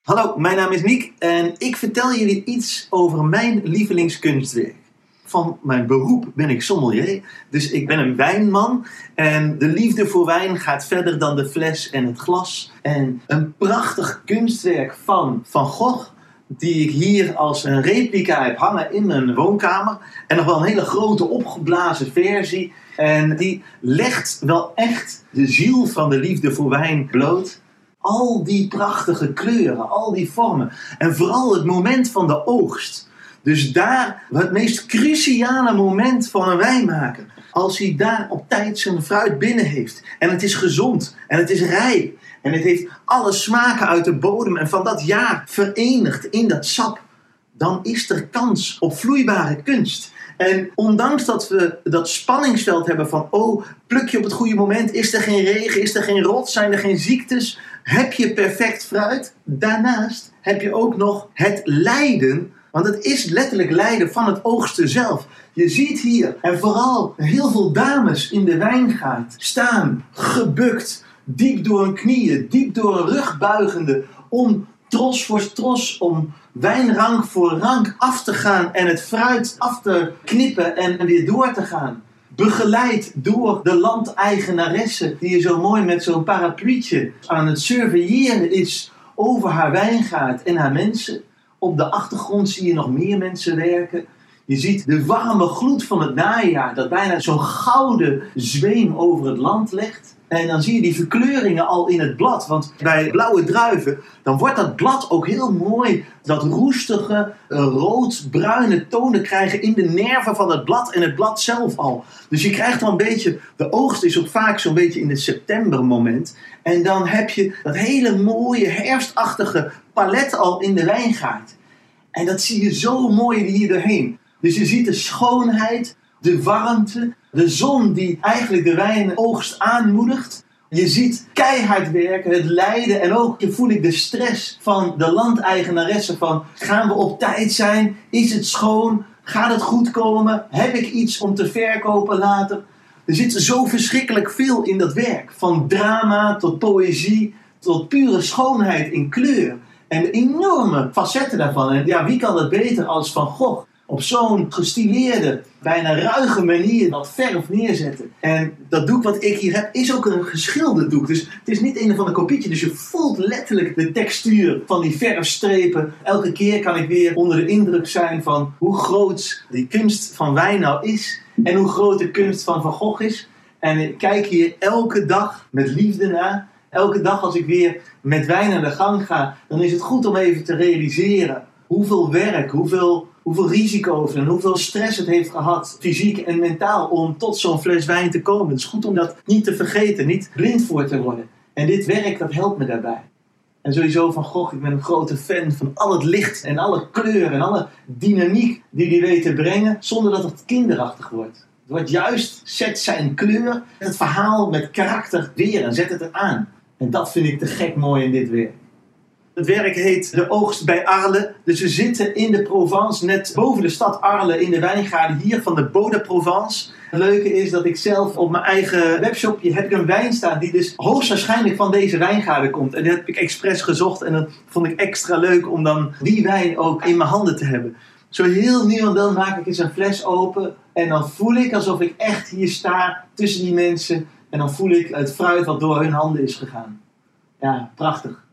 Hallo, mijn naam is Niek en ik vertel jullie iets over mijn lievelingskunstwerk. Van mijn beroep ben ik sommelier, dus ik ben een wijnman. En de liefde voor wijn gaat verder dan de fles en het glas. En een prachtig kunstwerk van Van Gogh, die ik hier als een replica heb hangen in mijn woonkamer. En nog wel een hele grote opgeblazen versie. En die legt wel echt de ziel van de liefde voor wijn bloot. Al die prachtige kleuren, al die vormen. En vooral het moment van de oogst. Dus daar, het meest cruciale moment van een wijnmaker. Als hij daar op tijd zijn fruit binnen heeft. En het is gezond. En het is rijp. En het heeft alle smaken uit de bodem. En van dat jaar verenigd in dat sap. Dan is er kans op vloeibare kunst. En ondanks dat we dat spanningsveld hebben van... pluk je op het goede moment? Is er geen regen? Is er geen rot? Zijn er geen ziektes? Heb je perfect fruit? Daarnaast heb je ook nog het lijden. Want het is letterlijk lijden van het oogsten zelf. Je ziet hier, en vooral heel veel dames in de wijngaard staan, gebukt, diep door hun knieën, diep door hun rug buigende, om tros voor tros, om wijnrank voor rank af te gaan en het fruit af te knippen en weer door te gaan. Begeleid door de landeigenaresse die je zo mooi met zo'n parapluutje aan het surveilleren is over haar wijngaard en haar mensen. Op de achtergrond zie je nog meer mensen werken. Je ziet de warme gloed van het najaar dat bijna zo'n gouden zweem over het land legt. En dan zie je die verkleuringen al in het blad. Want bij blauwe druiven, dan wordt dat blad ook heel mooi. Dat roestige, rood-bruine tonen krijgen in de nerven van het blad en het blad zelf al. Dus je krijgt dan een beetje, de oogst is ook vaak zo'n beetje in het septembermoment. En dan heb je dat hele mooie herfstachtige palet al in de wijngaard. En dat zie je zo mooi hier doorheen. Dus je ziet de schoonheid, de warmte, de zon die eigenlijk de wijnoogst aanmoedigt. Je ziet keihard werken, het lijden en ook voel ik de stress van de landeigenaresse van gaan we op tijd zijn? Is het schoon? Gaat het goed komen? Heb ik iets om te verkopen later? Er zit zo verschrikkelijk veel in dat werk. Van drama tot poëzie tot pure schoonheid in kleur. En de enorme facetten daarvan. En ja, wie kan dat beter als Van Gogh? Op zo'n gestileerde, bijna ruige manier dat verf neerzetten. En dat doek wat ik hier heb is ook een geschilderd doek. Dus het is niet een of ander kopietje. Dus je voelt letterlijk de textuur van die verfstrepen. Elke keer kan ik weer onder de indruk zijn van hoe groot die kunst van wijn nou is. En hoe groot de kunst van Van Gogh is. En ik kijk hier elke dag met liefde naar. Elke dag als ik weer met wijn aan de gang ga, dan is het goed om even te realiseren hoeveel werk, hoeveel risico's en hoeveel stress het heeft gehad, fysiek en mentaal, om tot zo'n fles wijn te komen. Het is goed om dat niet te vergeten, niet blind voor te worden. En dit werk, dat helpt me daarbij. En sowieso Van Gogh, ik ben een grote fan van al het licht en alle kleur en alle dynamiek die hij weet te brengen, zonder dat het kinderachtig wordt. Het wordt juist, zet zijn kleur, het verhaal met karakter weer en zet het aan. En dat vind ik te gek mooi in dit werk. Het werk heet De Oogst bij Arles. Dus we zitten in de Provence, net boven de stad Arles in de wijngaarden hier van de Baux de Provence. Het leuke is dat ik zelf op mijn eigen webshopje heb ik een wijn staan die dus hoogstwaarschijnlijk van deze wijngaarden komt. En dat heb ik expres gezocht en dat vond ik extra leuk om dan die wijn ook in mijn handen te hebben. Zo heel nu en dan maak ik eens een fles open en dan voel ik alsof ik echt hier sta tussen die mensen. En dan voel ik het fruit wat door hun handen is gegaan. Ja, prachtig.